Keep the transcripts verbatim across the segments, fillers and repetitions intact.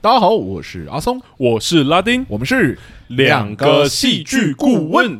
大家好，我是阿松， 我是拉丁， 我们是两个戏剧顾问。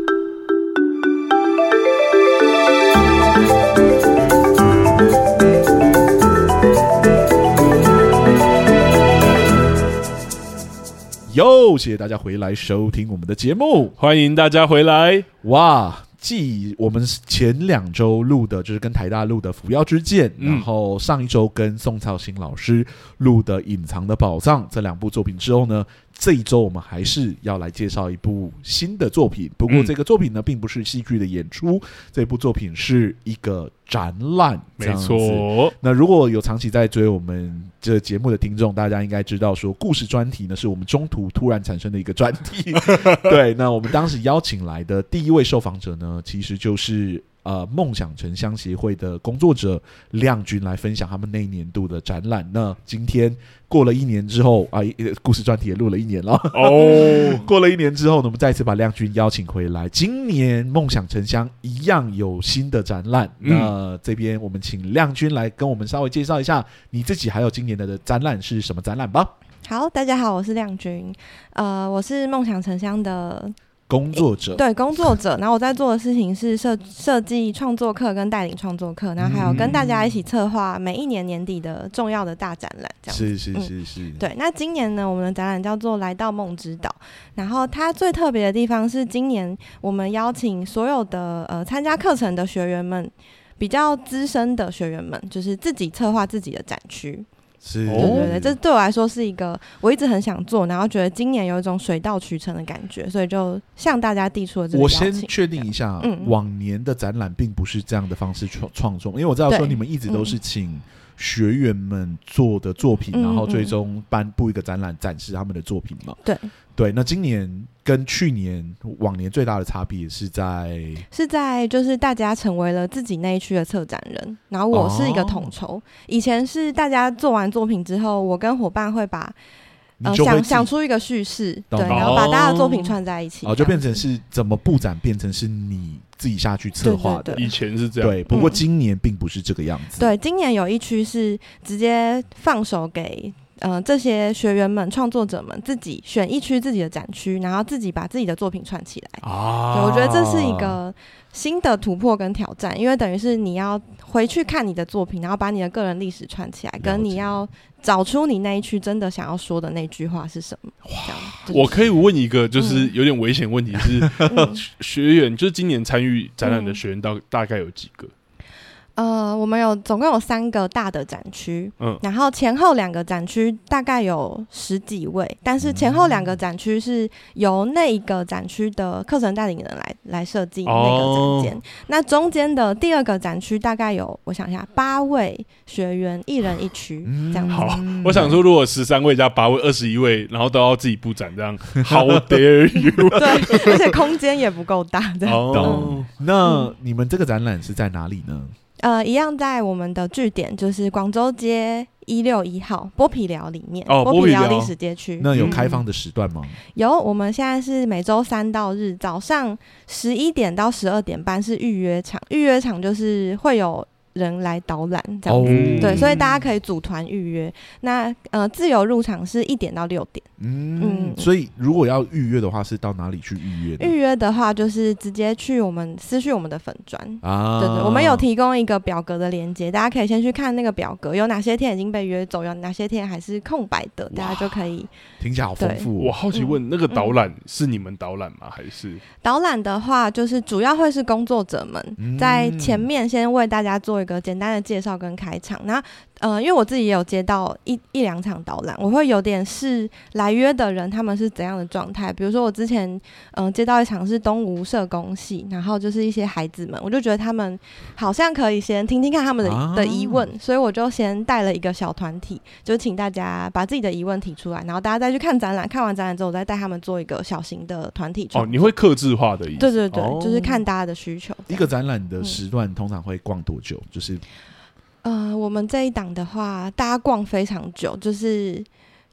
哟，谢谢大家回来收听我们的节目， 欢迎大家回来。 哇！继我们前两周录的就是跟台大录的《扶摇之剑》， 嗯， 然后上一周跟宋操新老师录的《隐藏的宝藏》这两部作品之后呢，这一周我们还是要来介绍一部新的作品。不过这个作品呢，并不是戏剧的演出，这部作品是一个展览。 没错。 那如果有长期在追我们这节目的听众，大家应该知道说，故事专题呢是我们中途突然产生的一个专题。对，那我们当时邀请来的第一位受访者呢，其实就是呃梦想城乡协会的工作者亮君来分享他们那一年度的展览。那今天过了一年之后啊，故事专题也录了一年了哦。过了一年之后呢，我们再次把亮君邀请回来。今年梦想城乡一样有新的展览，嗯、那这边我们请亮君来跟我们稍微介绍一下你自己还有今年的展览是什么展览吧。 好，大家好，我是亮君，呃，我是梦想城乡的工作者， 对工作者，然后我在做的事情是设设计创作课跟带领创作课，然后还有跟大家一起策划每一年年底的重要的大展览，这样子。 是是是是、嗯。 对，那今年呢，我们的展览叫做来到梦之岛，然后它最特别的地方是，今年我们邀请所有的呃参加课程的学员们，比较资深的学员们，就是自己策划自己的展区。 是， 对对对，这对我来说是一个我一直很想做，然后觉得今年有一种水到渠成的感觉，所以就向大家递出了这个邀请。 我先确定一下、嗯，往年的展览并不是这样的方式创创作，因为我知道说你们一直都是请学员们做的作品，嗯、然后最终颁布一个展览展示他们的作品嘛。 对对，那今年跟去年往年最大的差别是在是在就是大家成为了自己那一区的策展人，然后我是一个统筹、哦。以前是大家做完作品之后，我跟伙伴会把呃想想出一个叙事，对，然后把大家的作品串在一起， 哦，就变成是怎么布展变成是你自己下去策划的。 对对对， 以前是这样， 对，不过今年并不是这个样子。 嗯、对，今年有一区是直接放手给。呃，这些学员们、创作者们自己选一区自己的展区，然后自己把自己的作品串起来。啊，对，我觉得这是一个新的突破跟挑战，因为等于是你要回去看你的作品，然后把你的个人历史串起来，跟你要找出你那一区真的想要说的那句话是什么。哇， 我可以问一个就是有点危险问题是，嗯、学员就是今年参与展览的学员大大概有几个？ 呃，我们有总共有三个大的展区，嗯，然后前后两个展区大概有十几位，但是前后两个展区是由那一个展区的课程带领人来来设计那个展间、哦，那中间的第二个展区大概有我想一下八位学员，一人一区、嗯、这样子。 好，我想说如果十三位加八位，二十一位，然后都要自己布展，这样 How dare you？ 对，而且空间也不够大，这样。 哦、嗯，那你们这个展览是在哪里呢？ 呃，一样在我们的据点，就是广州街一六一号剥皮寮里面， 哦， 剥皮寮历史街区。 那有开放的时段吗？嗯、 有，我们现在是每周三到日早上十一点到十二点半是预约场，预约场就是会有人来导览这样子、哦，对，所以大家可以组团预约。那呃，自由入场是一点到六点。 嗯, 嗯，所以如果要预约的话，是到哪里去预约呢？ 预约的话，就是直接去我们私讯我们的粉专啊，对对，我们有提供一个表格的连结，大家可以先去看那个表格，有哪些天已经被约走，有哪些天还是空白的，大家就可以。 听起来好丰富、哦。 我好奇问，嗯、那个导览是你们导览吗？还是导览的话，就是主要会是工作者们在前面先为大家做一个简单的介绍跟开场，然后呃，因为我自己也有接到一一两场导览，我会有点是来约的人他们是怎样的状态。比如说我之前嗯、呃、接到一场是东吴社工系，然后就是一些孩子们，我就觉得他们好像可以先听听看他们的、啊、的疑问，所以我就先带了一个小团体，就请大家把自己的疑问提出来，然后大家再去看展览，看完展览之后我再带他们做一个小型的团体创作。 哦，你会客制化的意思？ 对对对、 哦， 就是看大家的需求。 一个展览的时段通常会逛多久？就是呃，我们这一档的话，大家逛非常久，就是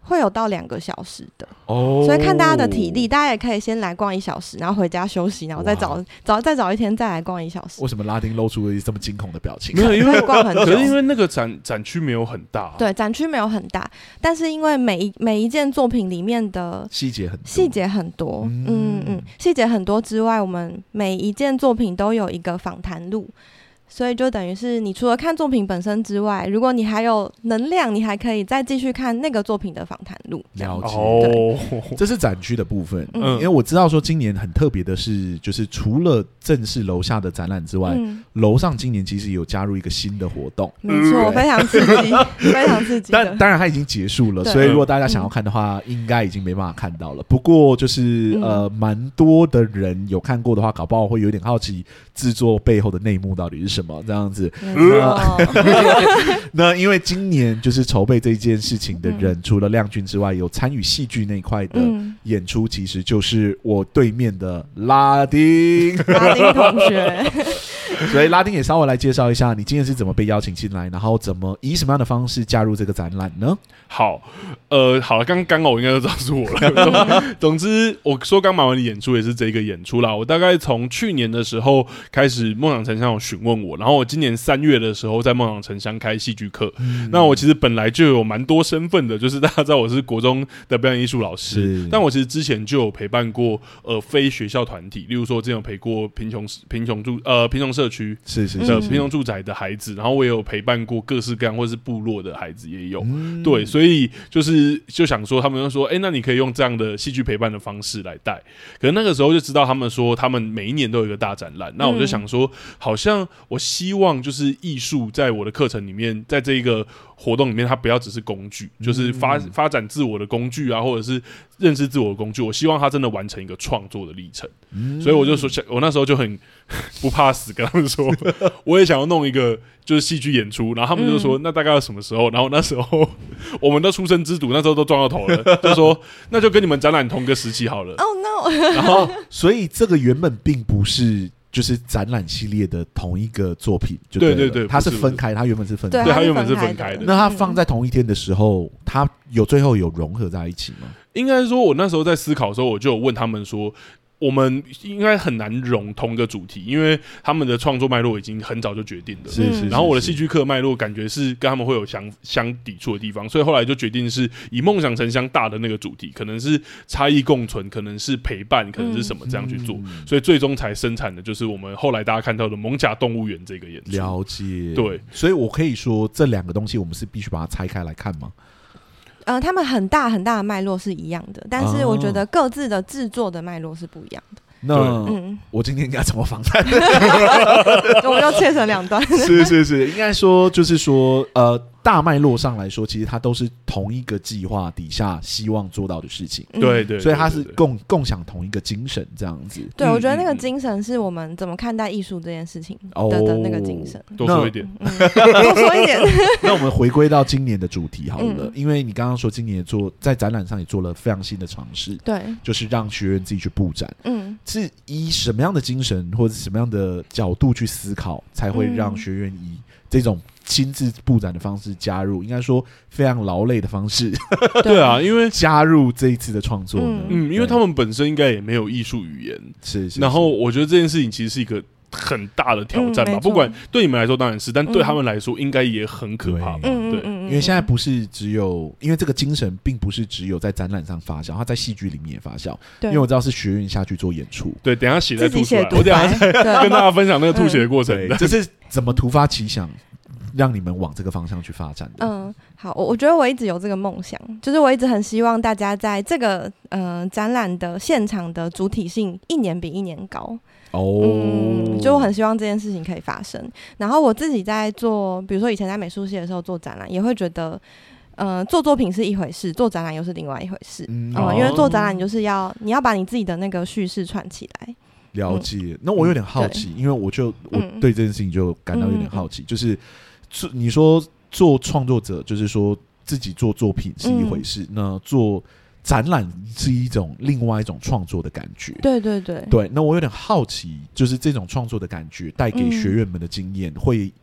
会有到两个小时的哦， 所以看大家的体力，大家也可以先来逛一小时，然后回家休息，然后再找找再找一天再来逛一小时。 为什么拉丁露出了这么惊恐的表情？ 没有，因为逛很久， 可是因为那个展展区没有很大、啊， 对，展区没有很大，但是因为每一每一件作品里面的细节很多细节很多，嗯嗯嗯，细节很多之外，我们每一件作品都有一个访谈录。所以就等于是你除了看作品本身之外，如果你还有能量，你还可以再继续看那个作品的访谈录。 了解， 哦， 这是展区的部分。 嗯， 因为我知道说今年很特别的是，就是除了正式楼下的展览之外，嗯、楼上今年其实有加入一个新的活动。 没错，非常刺激，非常刺激。 但当然它已经结束了，所以如果大家想要看的话，嗯、应该已经没办法看到了。不过就是、嗯、呃，蛮多的人有看过的话，搞不好会有点好奇制作背后的内幕到底是什么。这样子，那, 那因为今年就是筹备这件事情的人，嗯、除了亮君之外，有参与戏剧那一块的演出，其实就是我对面的拉丁拉丁同学。 所以拉丁也稍微来介绍一下，你今天是怎么被邀请进来，然后怎么以什么样的方式加入这个展览呢？ 好，呃，好了，刚刚我应该都知道是我了。总之，我说刚忙完的演出也是这个演出啦。我大概从去年的时候开始，梦想城乡有询问我，然后我今年三月的时候在梦想城乡开戏剧课。嗯、那我其实本来就有蛮多身份的，就是大家知道我是国中的表演艺术老师，但我其实之前就有陪伴过呃非学校团体，例如说之前有陪过贫穷贫穷住呃贫穷社区是是的贫穷住宅的孩子，然后我也有陪伴过各式各样或是部落的孩子也有，嗯、对，所以就是就想说，他们就说，哎、欸，那你可以用这样的戏剧陪伴的方式来带。可是那个时候就知道他们说，他们每一年都有一个大展览，那我就想说，好像我希望就是艺术在我的课程里面，在这一个活动里面，它不要只是工具，就是发发展自我的工具啊，或者是认识自我的工具。我希望它真的完成一个创作的历程。嗯、所以我就说，我那时候就很不怕死，跟他们说，我也想要弄一个就是戏剧演出。然后他们就说，嗯、那大概要什么时候？然后那时候我们都出生之犊，那时候都撞到头了，就说那就跟你们展览同个时期好了。 Oh no！ 然后，所以这个原本并不是。就是展览系列的同一个作品就对了，对对对，它是分开，它原本是分开， 对，它原本是分开的。 那它放在同一天的时候，它有最后有融合在一起吗？ 应该说，我那时候在思考的时候，我就有问他们说。我们应该很难融同个主题，因为他们的创作脉络已经很早就决定了。 是是。 然后我的戏剧课脉络感觉是跟他们会有相相抵触的地方，所以后来就决定是以梦想城乡大的那个主题，可能是差异共存，可能是陪伴，可能是什么这样去做，嗯、所以最终才生产的就是我们后来大家看到的蒙甲动物园这个演出。 了解。 对， 所以我可以说这两个东西我们是必须把它拆开来看吗？ 呃，他们很大很大的脉络是一样的，但是我觉得各自的制作的脉络是不一样的。 那、嗯、我今天应该怎么访谈？ 我们要切成两段。 是是是，应该说就是说，呃，大脉络上来说，其实它都是同一个计划底下希望做到的事情。 嗯、对, 对对， 所以它是共共享同一个精神，这样子。 对，我觉得那个精神是我们怎么看待艺术这件事情的、哦、的那个精神。 多说一点， 嗯、多说一点。 那我们回归到今年的主题好了，嗯、因为你刚刚说今年做在展览上也做了非常新的尝试， 对， 就是让学员自己去布展。 嗯。 是以什么样的精神或者什么样的角度去思考，才会让学员以这种亲自布展的方式加入？应该说非常劳累的方式。 对啊，因为加入这一次的创作呢， 嗯，因为他们本身应该也没有艺术语言， 是, 是, 是。 然后我觉得这件事情其实是一个很大的挑战吧，嗯、不管对你们来说当然是，但对他们来说应该也很可怕吧？ 嗯、 对， 嗯、 因为现在不是只有，因为这个精神并不是只有在展览上发酵，它在戏剧里面也发酵。因为我知道是学院下去做演出， 对，等一下写再吐出来，我等一下再跟大家分享那个吐血的过程。 这是怎么突发奇想？让你们往这个方向去发展的。 嗯，好，我我觉得我一直有这个梦想，就是我一直很希望大家在这个呃展览的现场的主体性一年比一年高。 哦， 嗯，就我很希望这件事情可以发生。然后我自己在做，比如说以前在美术系的时候做展览，也会觉得。呃，做作品是一回事，做展览又是另外一回事。嗯，呃、因为做展览你就是要你要把你自己的那个叙事串起来。 了解。嗯、那我有点好奇，嗯、因为我就我对这件事情就感到有点好奇，嗯、就是你说做创作者，就是说自己做作品是一回事，嗯、那做展览是一种另外一种创作的感觉。 对对对。 对，那我有点好奇，就是这种创作的感觉带给学员们的经验会。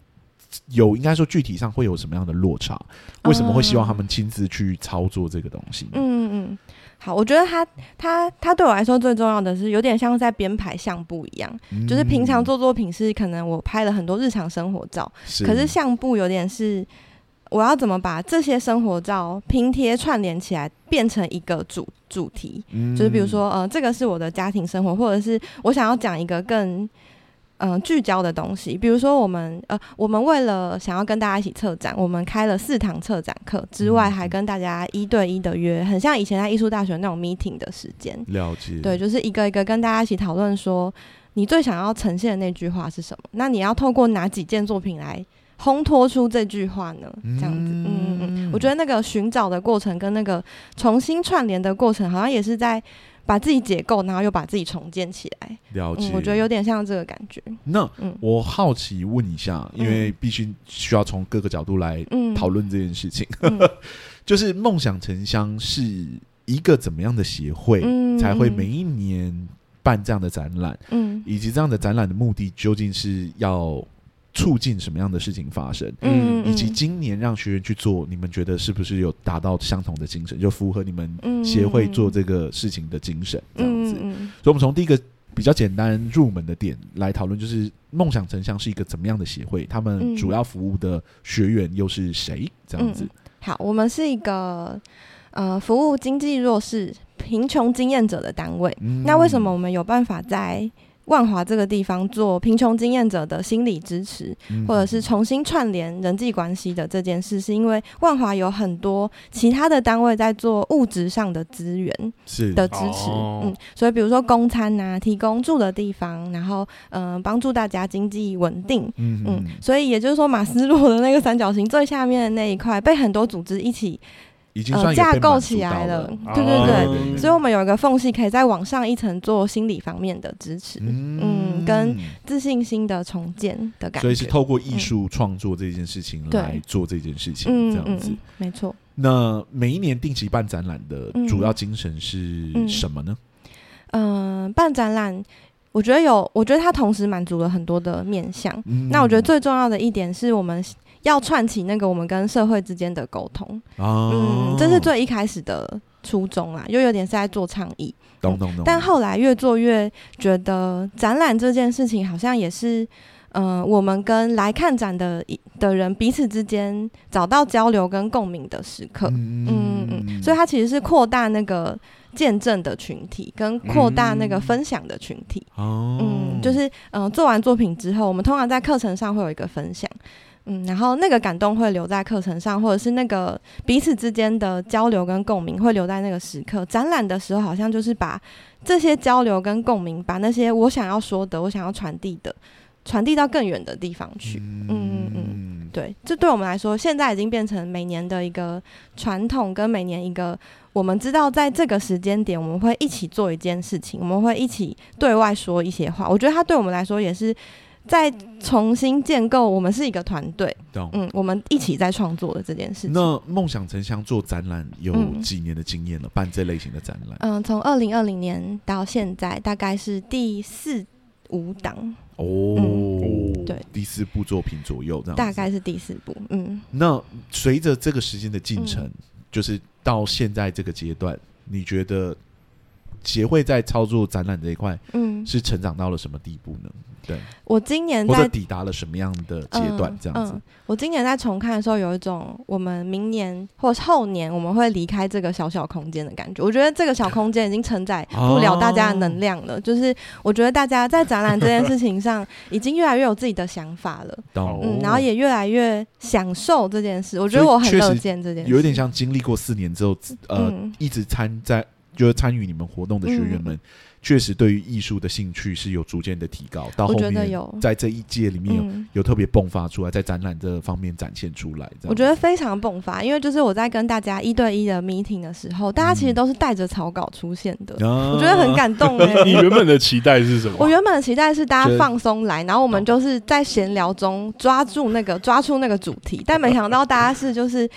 有应该说具体上会有什么样的落差？为什么会希望他们亲自去操作这个东西？ 嗯嗯，好，我觉得他他他对我来说最重要的是有点像在编排相簿一样，嗯、就是平常做作品是可能我拍了很多日常生活照，是可是相簿有点是我要怎么把这些生活照拼贴串联起来，变成一个主主题，嗯、就是比如说呃，这个是我的家庭生活，或者是我想要讲一个更嗯、呃、聚焦的东西，比如说我们呃我们为了想要跟大家一起策展，我们开了四堂策展课之外，还跟大家一对一的约，很像以前在艺术大学那种 meeting 的时间。 了解。对， 就是一个一个跟大家一起讨论说，你最想要呈现的那句话是什么？那你要透过哪几件作品来烘托出这句话呢？这样子，嗯嗯嗯，我觉得那个寻找的过程跟那个重新串联的过程，好像也是在把自己解构，然后又把自己重建起来。 了解、嗯， 我觉得有点像这个感觉。 那、嗯、我好奇问一下，因为必须需要从各个角度来讨论这件事情，嗯、就是梦想城乡是一个怎么样的协会，嗯、才会每一年办这样的展览，嗯、以及这样的展览的目的究竟是要促进什么样的事情发生，嗯，以及今年让学员去做，你们觉得是不是有达到相同的精神，就符合你们协会做这个事情的精神这样子？嗯嗯、所以我们从第一个比较简单入门的点来讨论，就是梦想城乡是一个怎么样的协会，他们主要服务的学员又是谁这样子？ 嗯、好，我们是一个呃服务经济弱势贫穷经验者的单位，嗯、那为什么我们有办法在万华这个地方做贫穷经验者的心理支持，嗯、或者是重新串联人际关系的这件事，是因为万华有很多其他的单位在做物质上的资源的支持，哦、嗯，所以比如说供餐啊，提供住的地方，然后嗯帮助大家经济稳定，嗯嗯，所以也就是说马斯洛的那个三角形最下面的那一块被很多组织一起已经算呃、架构起来了，对对对，哦、所以我们有一个缝隙可以再往上一层做心理方面的支持，嗯，嗯跟自信心的重建的感觉， 所以是透过艺术创作这件事情来做这件事情，嗯、这样子，嗯嗯、 没错。 那每一年定期办展览的主要精神是什么呢？ 嗯，呃、办展览。我觉得有，我觉得它同时满足了很多的面向。嗯、那我觉得最重要的一点是我们要串起那个我们跟社会之间的沟通。哦、嗯，这是最一开始的初衷啦，又有点是在做倡议。 懂懂懂。 但后来越做越觉得展览这件事情好像也是，呃，我们跟来看展的的人彼此之间找到交流跟共鸣的时刻。嗯嗯嗯。所以它其实是扩大那个见证的群体跟扩大那个分享的群体，嗯，嗯就是嗯、呃，做完作品之后，我们通常在课程上会有一个分享，嗯，然后那个感动会留在课程上，或者是那个彼此之间的交流跟共鸣会留在那个时刻。展览的时候，好像就是把这些交流跟共鸣，把那些我想要说的、我想要传递的，传递到更远的地方去。嗯嗯嗯，对，这对我们来说，现在已经变成每年的一个传统，跟每年一个。我们知道在这个时间点我们会一起做一件事情，我们会一起对外说一些话，我觉得它对我们来说也是在重新建构我们是一个团队，嗯，我们一起在创作的这件事情。 那梦想城乡做展览有几年的经验了、嗯、办这类型的展览？ 嗯，从二零二零年到现在大概是第四五档哦、 嗯，对，第四部作品左右这样子， 大概是第四部。嗯， 那随着这个时间的进程、嗯，就是到现在这个阶段，你觉得协会在操作展览这一块，嗯，是成长到了什么地步呢？对， 我今年在或者抵达了什么样的阶段？这样子、嗯嗯， 我今年在重看的时候，有一种我们明年或后年我们会离开这个小小空间的感觉。我觉得这个小空间已经承载不了大家的能量了。哦、就是我觉得大家在展览这件事情上，已经越来越有自己的想法了，嗯，然后也越来越享受这件事。我觉得我很乐见这件事， 有点像经历过四年之后，呃，嗯、一直参在就是参与你们活动的学员们。嗯确实对于艺术的兴趣是有逐渐的提高，到后面在这一届里面有、嗯、有特别迸发出来，在展览这方面展现出来。 我觉得非常迸发，因为就是我在跟大家一对一的 meeting 的时候，大家其实都是带着草稿出现的，嗯、我觉得很感动、欸。 你原本的期待是什么？ 我原本的期待是大家放松来，然后我们就是在闲聊中抓住那个抓住那个主题，但没想到大家是就是。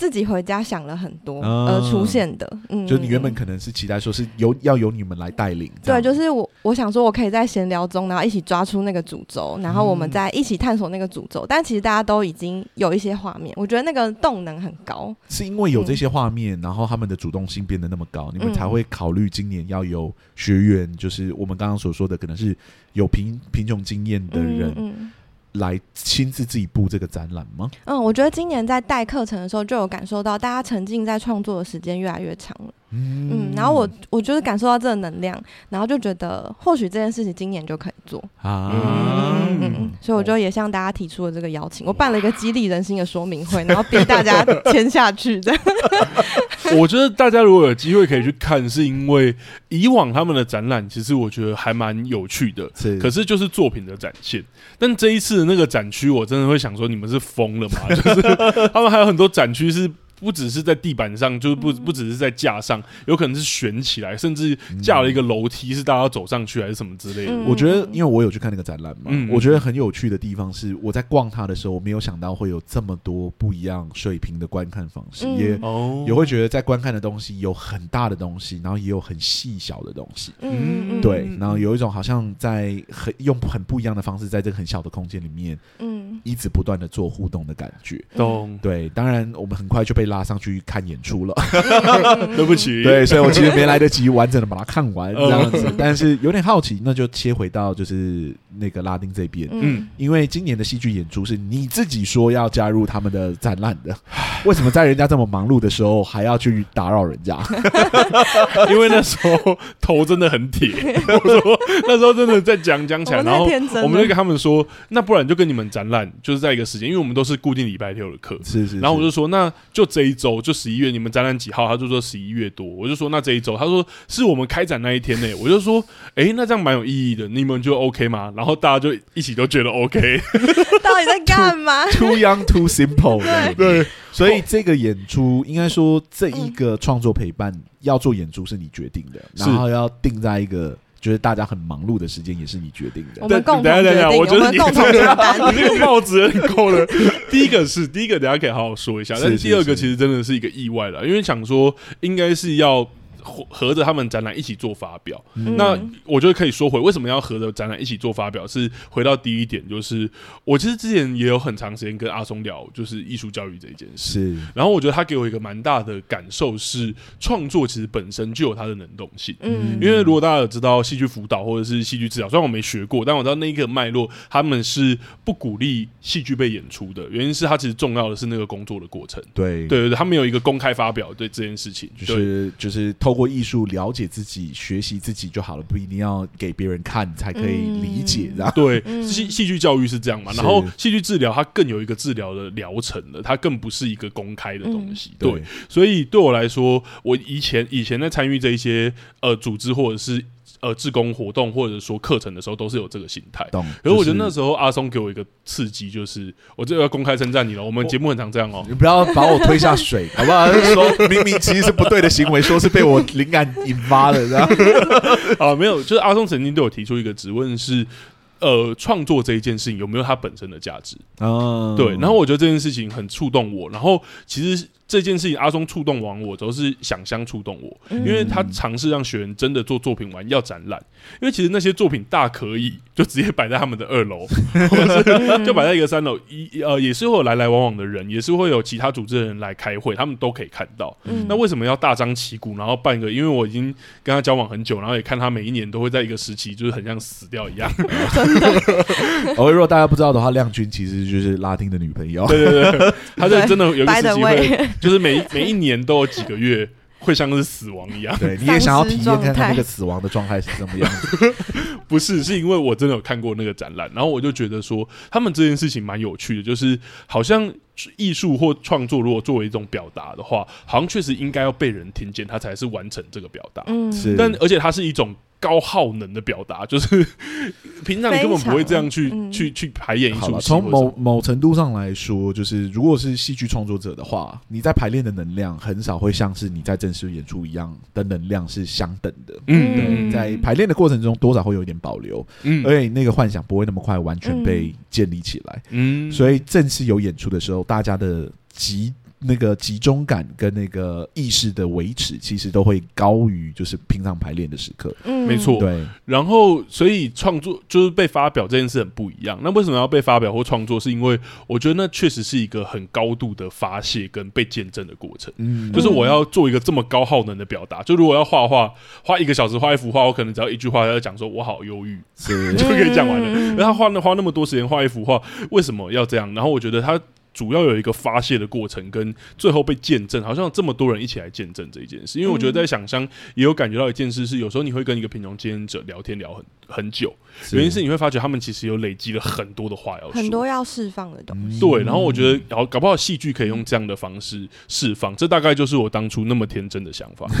自己回家想了很多而出现的。嗯， 就你原本可能是期待说是由要由你们来带领， 对，就是我我想说我可以在闲聊中，然后一起抓出那个主轴，然后我们再一起探索那个主轴、嗯、但其实大家都已经有一些画面，我觉得那个动能很高， 是因为有这些画面、嗯、然后他们的主动性变得那么高，你们才会考虑今年要有学员，就是我们刚刚所说的可能是有贫贫穷经验的人、嗯嗯来亲自自己布这个展览吗？ 嗯，我觉得今年在带课程的时候就有感受到大家沉浸在创作的时间越来越长了。嗯, 嗯然后我我就是感受到这个能量，然后就觉得或许这件事情今年就可以做啊。嗯嗯嗯，所以我就也向大家提出了这个邀请，我办了一个激励人心的说明会，然后逼大家签下去这样。 我觉得大家如果有机会可以去看，是因为以往他们的展览其实我觉得还蛮有趣的，是可是就是作品的展现。但这一次的那个展区，我真的会想说，你们是疯了吗？就是他们还有很多展区是不只是在地板上，就是不不只是在架上，有可能是悬起来，甚至架了一个楼梯，是大家要走上去还是什么之类的。 我觉得，因为我有去看那个展览嘛、嗯，我觉得很有趣的地方是，我在逛它的时候，我没有想到会有这么多不一样水平的观看方式，嗯、也、哦、也会觉得在观看的东西有很大的东西，然后也有很细小的东西。嗯，对，然后有一种好像在很用很不一样的方式，在这个很小的空间里面，嗯，一直不断的做互动的感觉。懂、嗯？对，当然我们很快就被拉上去看演出了， 对不起， 对，所以我其实没来得及完整的把它看完这样子，但是有点好奇，那就切回到就是那个拉丁这边，嗯，因为今年的戏剧演出是你自己说要加入他们的展览的，为什么在人家这么忙碌的时候还要去打扰人家？ 因为那时候头真的很铁，我说那时候真的在讲讲起来，然后我们就跟他们说，那不然就跟你们展览就是在一个时间，因为我们都是固定礼拜六的课，是 是, 是，然后我就说那。就这一周，就十一月，你们展览几号？他就说十一月多。我就说那这一周，他说是我们开展那一天呢、欸。我就说，哎、欸，那这样蛮有意义的，你们就 OK 吗？然后大家就一起都觉得 OK。 到底在干嘛 ？Too young, too simple 对。对，所以这个演出应该说这一个创作陪伴、嗯、要做演出是你决定的，然后要定在一个。觉得大家很忙碌的时间也是你决定的， 我们共同决定， 我觉得你共同承担。 你这个帽子有点够了。第一个是第一个，等一下可以好好说一下，但是第二个其实真的是一个意外了，因为想说应该是要。合着他们展览一起做发表、嗯、那我觉得可以说回为什么要合着展览一起做发表，是回到第一点，就是我其实之前也有很长时间跟阿松聊就是艺术教育这一件事，然后我觉得他给我一个蛮大的感受是创作其实本身就有它的能动性、嗯、因为如果大家有知道戏剧辅导或者是戏剧治疗，虽然我没学过，但我知道那一个脉络他们是不鼓励戏剧被演出的，原因是它其实重要的是那个工作的过程，对对对，他们有一个公开发表对这件事情， 就是就是透过艺术了解自己学习自己就好了，不一定要给别人看才可以理解、嗯、 对，戏戏剧教育是这样嘛，然后戏剧治疗它更有一个治疗的疗程了，它更不是一个公开的东西、嗯、对, 对，所以对我来说，我以前以前在参与这一些呃组织或者是呃，志工活动或者说课程的时候，都是有这个心态。懂。可是我觉得那时候阿松给我一个刺激，就是我这要公开称赞你了。我们节目很常这样哦、喔， 你不要把我推下水，好不好？说明明其实是不对的行为，说是被我灵感引发的，这样。 啊，没有，就是阿松曾经对我提出一个质问是。呃，创作这一件事情有没有它本身的价值？哦，对，然后我觉得这件事情很触动我，然后其实这件事情阿松触动完我，都是想象触动我，嗯、因为他尝试让学员真的做作品完要展览，因为其实那些作品大可以就直接摆在他们的二楼，或者是就摆在一个三楼，一呃也是会有来来往往的人，也是会有其他组织的人来开会，他们都可以看到。嗯、那为什么要大张旗鼓，然后办一个？因为我已经跟他交往很久，然后也看他每一年都会在一个时期，就是很像死掉一样。 哦，如果大家不知道的话，亮君其实就是拉丁的女朋友。 对对对，他就真的有一个时期会，就是每每一年都有几个月会像是死亡一样。 对，你也想要体验看看那个死亡的状态是怎么样子？ 不是，是因为我真的有看过那个展览，然后我就觉得说，他们这件事情蛮有趣的，就是好像艺术或创作如果作为一种表达的话，好像确实应该要被人听见，它才是完成这个表达。嗯，但而且它是一种。高耗能的表达，就是平常你根本不会这样去、嗯、去去排演一出戏。 从某某程度上来说，就是如果是戏剧创作者的话，你在排练的能量很少会像是你在正式演出一样的能量是相等的。嗯，对，在排练的过程中多少会有一点保留，嗯，而且那个幻想不会那么快完全被建立起来。嗯，所以正式有演出的时候，大家的集那个集中感跟那个意识的维持，其实都会高于就是平常排练的时刻。 嗯， 没错。 对， 然后所以创作就是被发表这件事很不一样。那为什么要被发表或创作？是因为我觉得那确实是一个很高度的发泄跟被见证的过程。嗯，就是我要做一个这么高耗能的表达。就如果要画画，花一个小时画一幅画，我可能只要一句话要讲说我好忧郁，就可以讲完了。然后他花那花那么多时间画一幅画，为什么要这样？然后我觉得他主要有一个发泄的过程，跟最后被见证，好像有这么多人一起来见证这一件事。因为我觉得在想象也有感觉到一件事是，有时候你会跟一个品种经营者聊天聊很很久，原因是你会发觉他们其实有累积了很多的话要说， 很多要释放的东西。 对，然后我觉得，然后搞不好戏剧可以用这样的方式释放，这大概就是我当初那么天真的想法。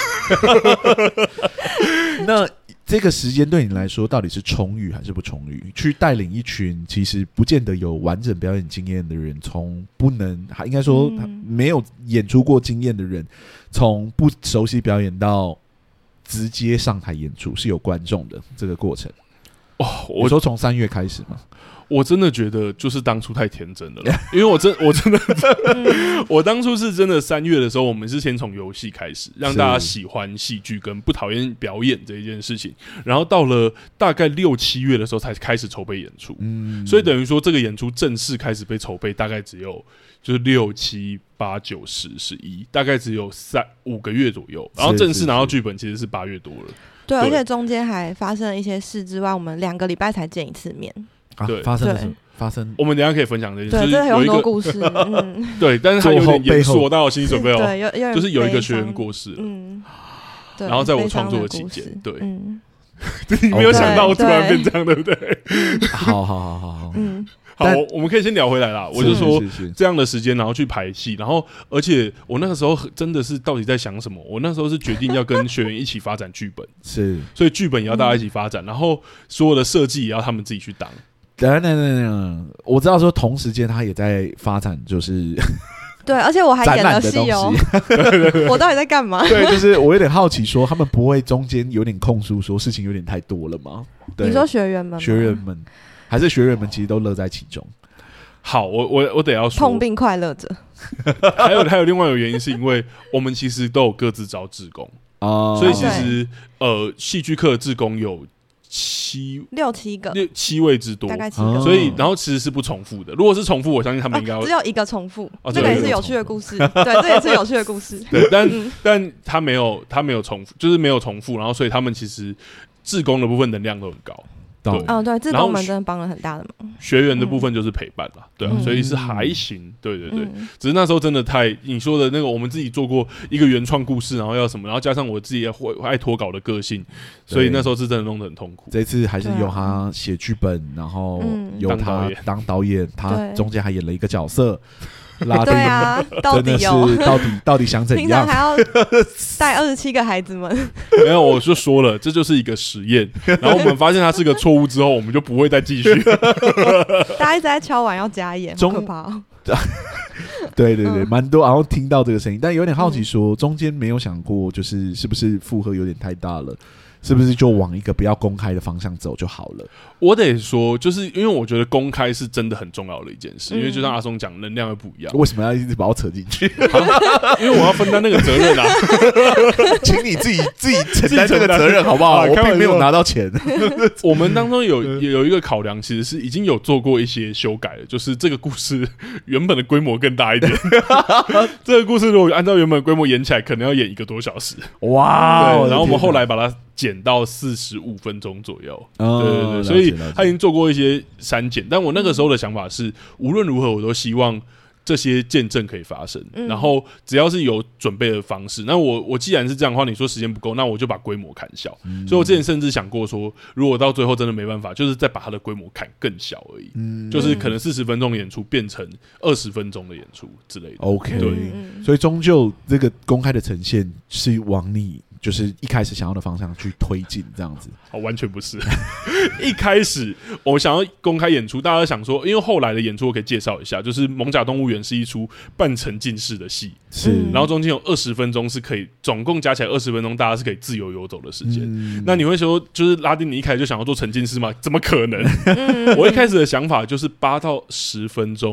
那这个时间对你来说到底是充裕还是不充裕？去带领一群其实不见得有完整表演经验的人，从不能应该说没有演出过经验的人，从不熟悉表演到直接上台演出是有观众的这个过程。 哦， 我说从三月开始嘛。 我真的觉得就是当初太天真了啦，因为我真我真的我当初是真的三月的时候，我们是先从游戏开始，让大家喜欢戏剧跟不讨厌表演这一件事情，然后到了大概六七月的时候才开始筹备演出，嗯，所以等于说这个演出正式开始被筹备，大概只有就是六七八九十十一，大概只有三五个月左右，然后正式拿到剧本其实是八月多了。 对，而且中间还发生了一些事之外，我们两个礼拜才见一次面。 啊、对，发生了什么？发生， 我们等一下可以分享这件事。 对，这有很多故事。嗯， 对，但是它有点严肃，大家有心理准备哦。 对，有有就是有一个学员过世了，嗯，然后在我创作的期间，对，嗯，你没有想到我突然变这样，对不对？ 好好好好好， 嗯。好，我们可以先聊回来啦。我就说这样的时间，然后去排戏，然后而且我那个时候真的是到底在想什么？我那时候是决定要跟学员一起发展剧本，是，所以剧本也要大家一起发展，然后所有的设计也要他们自己去当。 等等等等，我知道说同时间他也在发展，就是对，而且我还演了戏哦。我到底在干嘛？ 对，就是我有点好奇，说他们不会中间有点控诉，说事情有点太多了吗？ 你说学员们， 学员们。还是学员们其实都乐在其中。 好，我我我得要说， 痛并快乐着。 还有还有另外一个原因，是因为我们其实都有各自招志工啊，所以其实呃，戏剧课的志工有七六七个， 六七位之多， 大概七个。 所以然后其实是不重复的。如果是重复，我相信他们应该、 啊、只有一个重复。哦、这个也是有趣的故事，对，这也是有趣的故事。 对，但、嗯、但他没有他没有重复，就是没有重复，然后所以他们其实志工的部分能量都很高。 对，哦，对，志工们真的帮了很大的忙。 学员的部分就是陪伴啦，对啊，嗯、所以是还行，对对对。嗯、只是那时候真的太你说的那个，我们自己做过一个原创故事，然后要什么，然后加上我自己会爱脱稿的个性，所以那时候是真的弄得很痛苦。 这次还是由他写剧本，然后由他当导演，他中间还演了一个角色。拉丁对啊，到底有真的是到底到底想怎样？ 平常还要带二十七个孩子们。 没有，我就说了，这就是一个实验。然后我们发现它是个错误之后，我们就不会再继续。 大家一直在敲碗要加演，好可怕、哦。 对对对，蛮、嗯、多，然后听到这个声音，但有点好奇说，说中间没有想过，就是是不是负荷有点太大了？是不是就往一个不要公开的方向走就好了？ 我得说，就是因为我觉得公开是真的很重要的一件事，嗯、因为就像阿松讲，能量会不一样。 为什么要一直把我扯进去？ 因为我要分担那个责任啊！ 请你自己自己承担这个责任好不好？我并没有拿到钱。 我们当中有有一个考量，其实是已经有做过一些修改了，就是这个故事原本的规模更大一点。这个故事如果按照原本的规模演起来，可能要演一个多小时。 哇！ 对，然后我们后来把它减到四十五分钟左右，哦、对对对，所以他已经做过一些删减。但我那个时候的想法是，无论如何我都希望这些见证可以发生。嗯、然后只要是有准备的方式，那我我既然是这样的话，你说时间不够，那我就把规模砍小。嗯、所以我之前甚至想过说，如果到最后真的没办法，就是再把它的规模砍更小而已，嗯、就是可能四十分钟的演出变成二十分钟的演出之类的。 OK， 对，所以终究这个公开的呈现是往你。就是一开始想要的方向去推进，这样子。 哦，完全不是。一开始我想要公开演出，大家想说，因为后来的演出我可以介绍一下，就是《艋舺动物园》是一出半沉浸式的戏，是，然后中间有二十分钟是可以，总共加起来二十分钟，大家是可以自由游走的时间。嗯、那你会说，就是拉丁，你一开始就想要做沉浸式吗？怎么可能？嗯、我一开始的想法就是八到十分钟。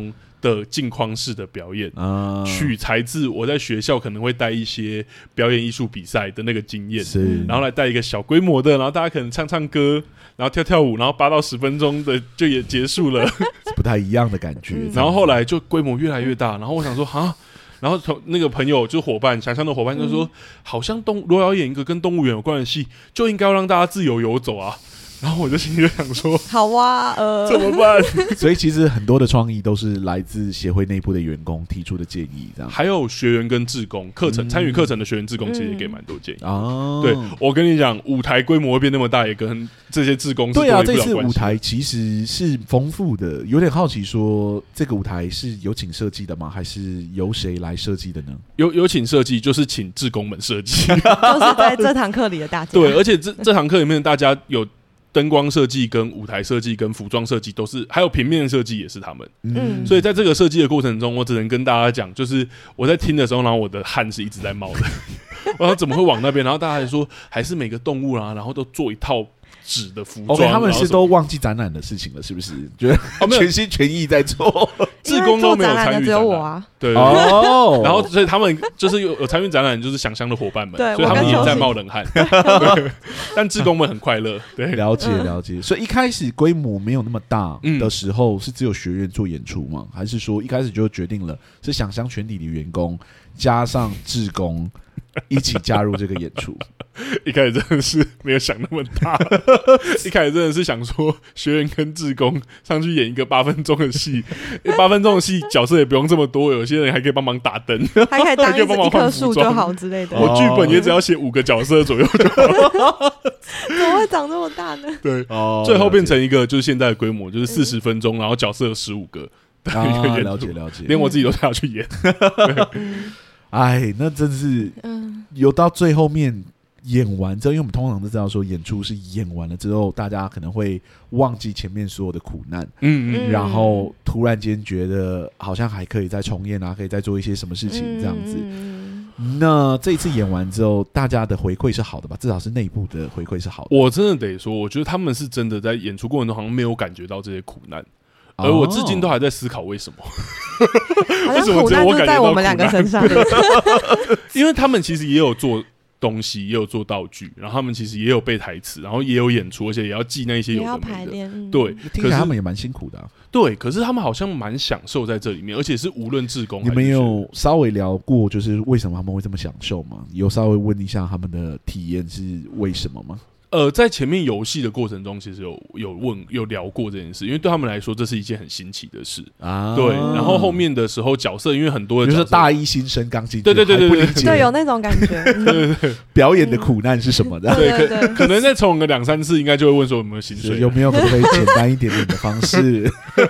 的镜框式的表演， 啊， 取材自我在学校可能会带一些表演艺术比赛的那个经验， 是， 然后来带一个小规模的，然后大家可能唱唱歌，然后跳跳舞，然后八到十分钟的就也结束了， 不太一样的感觉。 然后后来就规模越来越大，然后我想说哈。然后那个朋友就是伙伴，想象的伙伴就说，嗯、好像动如果要演一个跟动物园有关的戏，就应该要让大家自由游走啊。然后我就心里就想说， 好啊，呃， 怎么办？ 所以其实很多的创意都是来自协会内部的员工提出的建议，这样。 还有学员跟志工课程参与课程的学员志工，其实也给蛮多建议。 哦、 嗯，对，我跟你讲，舞台规模会变那么大，也跟这些志工是对啊，这次舞台其实是丰富的。有点好奇说，这个舞台是有请设计的吗？还是由谁来设计的呢？ 有有请设计，就是请志工们设计， 就是在这堂课里的大家。 对，而且这这堂课里面大家有。灯光设计、跟舞台设计、跟服装设计都是，还有平面设计也是他们。嗯，所以在这个设计的过程中，我只能跟大家讲，就是我在听的时候，然后我的汗是一直在冒的。然后怎么会往那边？然后大家还说，还是每个动物啊，然后都做一套纸的服装。 OK， 他们是都忘记展览的事情了，是不是？觉得全心全意在做， 志工都没有参与只有我啊。 对哦，然后所以他们就是有有参与展览，就是想象的伙伴们，所以他们也在冒冷汗。但志工们很快乐。对， 了解了解。所以一开始规模没有那么大的时候，是只有学院做演出吗？还是说一开始就决定了是想象全体的员工加上志工一起加入这个演出？ 一开始真的是没有想那么大，一开始真的是想说学员跟志工上去演一个八分钟的戏，八分钟的戏角色也不用这么多，有些人还可以帮忙打灯， 还可以当一棵树就好之类的。 我剧本也只要写五个角色左右就好了。 怎么会长这么大呢？ 对，哦、最后变成一个就是现在的规模，就是四十分钟，然后角色有十五个。 啊，了解了解， 连我自己都想要去演。 哎，那真是，有到最后面。演完之后，因为我们通常都知道说演出是演完了之后，大家可能会忘记前面所有的苦难，嗯嗯，然后突然间觉得好像还可以再重演啊，可以再做一些什么事情这样子。嗯嗯，那这一次演完之后，大家的回馈是好的吧？至少是内部的回馈是好的。 我真的得说，我觉得他们是真的在演出过程中好像没有感觉到这些苦难。而我至今都还在思考为什么， 为什么只有我感觉到苦难就在我们两个身上？ 因为他们其实也有做东西，也有做道具，然后他们其实也有背台词，然后也有演出，而且也要记那一些有的没的。 嗯、 对， 听起来他们也蛮辛苦的、啊。 对，可是他们好像蛮享受在这里面，而且是无论志工。 你们有稍微聊过，就是为什么他们会这么享受吗？有稍微问一下他们的体验是为什么吗？ 呃，在前面游戏的过程中，其实有有问有聊过这件事，因为对他们来说，这是一件很新奇的事啊。对，然后后面的时候，角色因为很多的就是大一新生刚进去， 对对对对对， 对，有那种感觉。 对对对， 表演的苦难是什么的？ 对，可可能再重个两三次，应该就会问说有没有薪水， 有没有可不可以简单一点点的方式？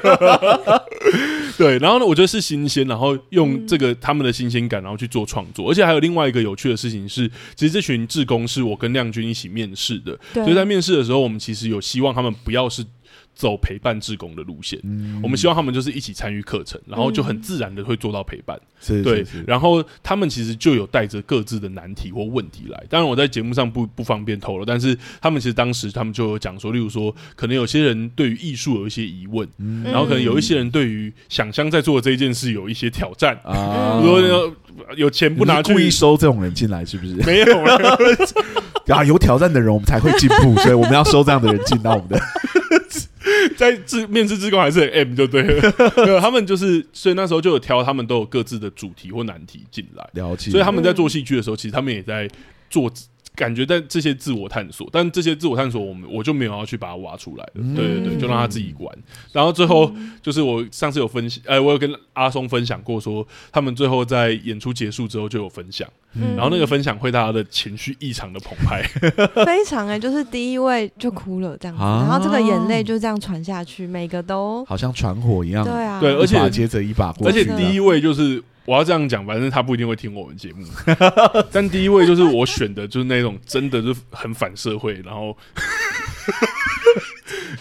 对，然后呢，我觉得是新鲜，然后用这个他们的新鲜感，然后去做创作，而且还有另外一个有趣的事情是，其实这群志工是我跟亮君一起面试的，所以在面试的时候，我们其实有希望他们不要是走陪伴志工的路线、嗯，我们希望他们就是一起参与课程，然后就很自然的会做到陪伴。 嗯、 对， 是是是， 然后他们其实就有带着各自的难题或问题来。当然我在节目上不不方便透露，但是他们其实当时他们就有讲说，例如说，可能有些人对于艺术有一些疑问、嗯，然后可能有一些人对于想象在做的这一件事有一些挑战啊。如果有钱不拿去， 故意收这种人进来是不是？ 没有啊，有挑战的人我们才会进步，所以我们要收这样的人进到我们的。 在面试志工还是很 M 就对了，对，他们就是，所以那时候就有挑，他们都有各自的主题或难题进来， 了解。 所以他们在做戏剧的时候，其实他们也在做。感觉在这些自我探索，但这些自我探索，我们我就没有要去把它挖出来了，嗯、对对对，就让他自己玩。然后最后就是我上次有分享，呃，我有跟阿松分享过说，他们最后在演出结束之后就有分享，嗯、然后那个分享会大家的情绪异常的澎湃， 非常哎、欸，就是第一位就哭了这样子，啊、然后这个眼泪就这样传下去，每个都好像传火一样， 对啊， 对，而且一把接着一把过去， 而且第一位就是。我要这样讲，反正他不一定会听我们节目。但第一位就是我选的，就是那种真的就很反社会，然后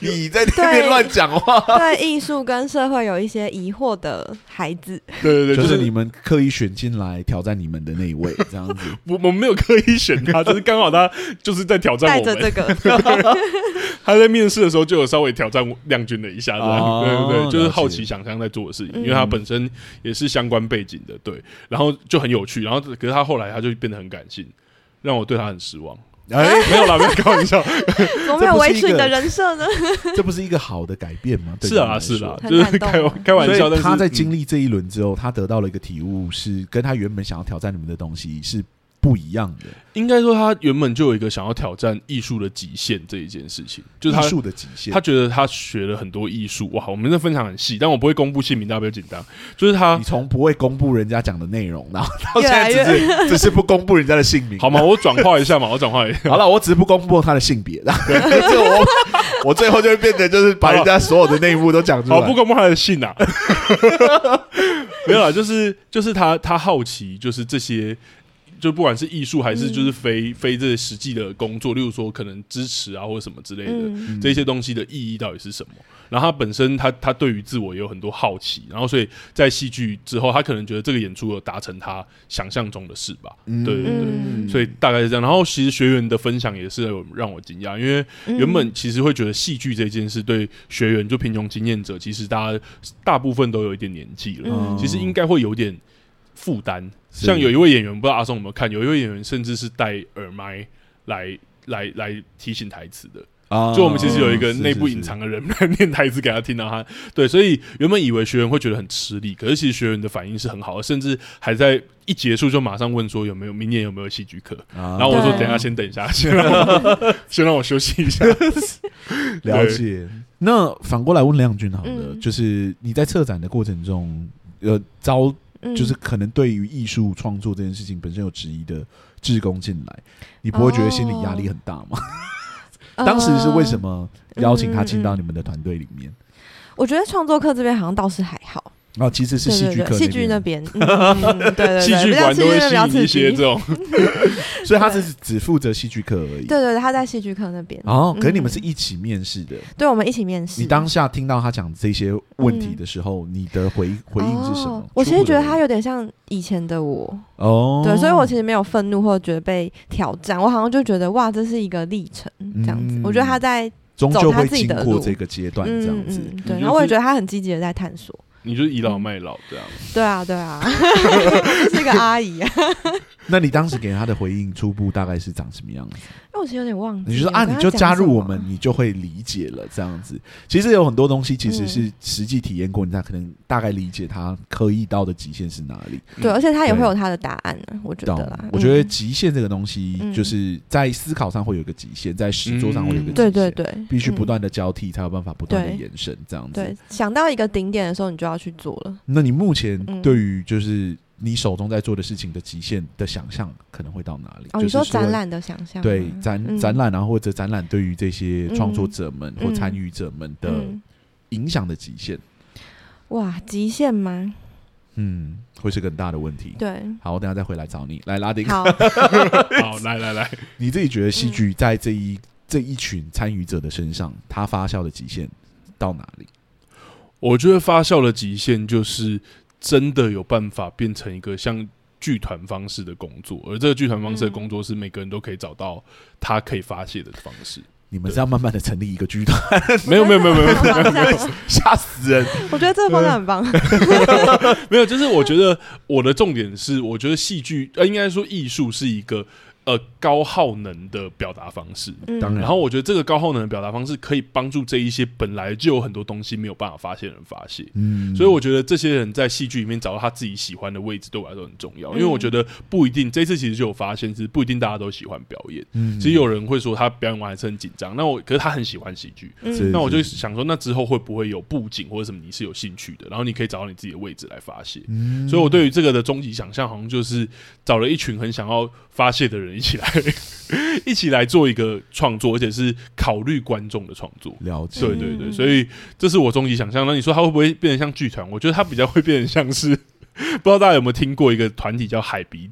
你在那边乱讲话， 对艺术跟社会有一些疑惑的孩子， 对对对， 就是你们刻意选进来挑战你们的那一位，这样子。 我我们没有刻意选他，就是刚好他就是在挑战我们。 带着这个， 他在面试的时候就有稍微挑战亮君了一下， 哦、 对对对，就是好奇想象在做的事情，因为他本身也是相关背景的，对，然后就很有趣，然后可是他后来他就变得很感性，让我对他很失望。哎，没有啦，没有开玩笑。 我没有维持你的人设呢？ 这不是一个好的改变吗？ 是啊，是啦，就是开开玩笑。但是他在经历这一轮之后，他得到了一个体悟，是跟他原本想要挑战你们的东西是不一样的。 应该说，他原本就有一个想要挑战艺术的极限这一件事情，就是他艺术的极限。 他觉得他学了很多艺术，哇！我们这分享很细，但我不会公布姓名，大家不要紧张。就是他， 你从不会公布人家讲的内容，然后到现在只是只是不公布人家的姓名， 好吗？我转化一下嘛，我转化一下。 好了，我只是不公布他的性别，就是我我最后就会变得就是把人家所有的内幕都讲出来， 好，不公布他的姓啊。没有啦，就是就是他他好奇，就是这些。就不管是艺术还是就是非、嗯、非这实际的工作，例如说可能支持啊或者什么之类的、嗯、这些东西的意义到底是什么？然后他本身他他对于自我也有很多好奇，然后所以在戏剧之后，他可能觉得这个演出有达成他想象中的事吧。嗯、对对对、嗯，所以大概是这样。然后其实学员的分享也是有让我惊讶，因为原本其实会觉得戏剧这件事对学员就贫穷经验者，其实大家大部分都有一点年纪了、嗯，其实应该会有点负担。像有一位演员，不知道阿松有没有看，有一位演员甚至是戴耳麦来来来提醒台词的。啊、就我们其实有一个内部隐藏的人来念台词给他听到他，对，所以原本以为学员会觉得很吃力，可是其实学员的反应是很好的，甚至还在一结束就马上问说有没有明年有没有戏剧课、啊，然后我说等一下先等一下，先让我先让我休息一下。 了解。那反过来问亮君好了、嗯，就是你在策展的过程中，呃，遭就是可能对于艺术创作这件事情本身有质疑的志工进来，你不会觉得心理压力很大吗？哦、当时是为什么邀请他进到你们的团队里面？ 嗯嗯嗯、我觉得创作课这边好像倒是还好。 哦，其实是戏剧课， 戏剧那边，嗯嗯、对对对， 戏剧馆都会吸引一些这种， 所以他是只负责戏剧课而已。 对对对，他在戏剧课那边。 哦，可是你们是一起面试的、嗯？ 对，我们一起面试。 你当下听到他讲这些问题的时候，嗯、你的回回应是什么、哦？ 我其实觉得他有点像以前的我。哦，对，所以我其实没有愤怒或者觉得被挑战，我好像就觉得哇，这是一个历程，这样子。嗯、我觉得他在终究会经过这个阶段，这样子。 嗯嗯、对，然后我也觉得他很积极的在探索。 你就是倚老卖老这样、嗯、 对啊对啊是一个阿姨啊。 那你当时给他的回应初步大概是长什么样子？ 因为我其实有点忘记， 你就说啊，你就加入我们，你就会理解了这样子。其实有很多东西其实是实际体验过，你才可能大概理解他刻意到的极限是哪里。 对，而且他也会有他的答案呢、啊，我觉得啦。 我觉得极限这个东西，就是在思考上会有一个极限，在实作上会有一个极限， 对对对， 必须不断的交替，才有办法不断的延伸这样子。 对，想到一个顶点的时候，你就要去做了。 那你目前对于就是你手中在做的事情的极限的想象可能会到哪里？ 哦， 就是、 你说展览的想象？ 对，展、嗯、展览，然后或者展览对于这些创作者们、嗯、或参与者们的影响的极限、嗯。 哇，极限吗？ 嗯，会是个很大的问题。 对， 好，我等一下再回来找你。来，拉丁。 好， 好，来来来， 你自己觉得戏剧在这一、嗯、这一群参与者的身上，它发酵的极限到哪里？ 我觉得发酵的极限就是真的有办法变成一个像剧团方式的工作，而这个剧团方式的工作是每个人都可以找到他可以发泄的方式。 你们是要慢慢的成立一个剧团？ 没有没有没有没有没有， 吓死人！ 我觉得这个方向很棒。 没有，就是我觉得我的重点是，我觉得戏剧呃，应该说艺术是一个。呃，高耗能的表达方式， 当然， 然后我觉得这个高耗能的表达方式可以帮助这一些本来就有很多东西没有办法发泄的人发泄，嗯，所以我觉得这些人在戏剧里面找到他自己喜欢的位置，对我来说很重要，嗯、因为我觉得不一定，这次其实就有发现，是不一定大家都喜欢表演，嗯，其实有人会说他表演完还是很紧张，那我可是他很喜欢戏剧，嗯，那我就想说，那之后会不会有布景或者什么你是有兴趣的，然后你可以找到你自己的位置来发泄，嗯，所以我对于这个的终极想象，好像就是找了一群很想要发泄的人一起来。一起来做一个创作，而且是考虑观众的创作。 了解， 对对对，所以这是我终极想象。那你说它会不会变成像剧团？我觉得它比较会变成像是，不知道大家有没有听过一个团体叫海鼻子。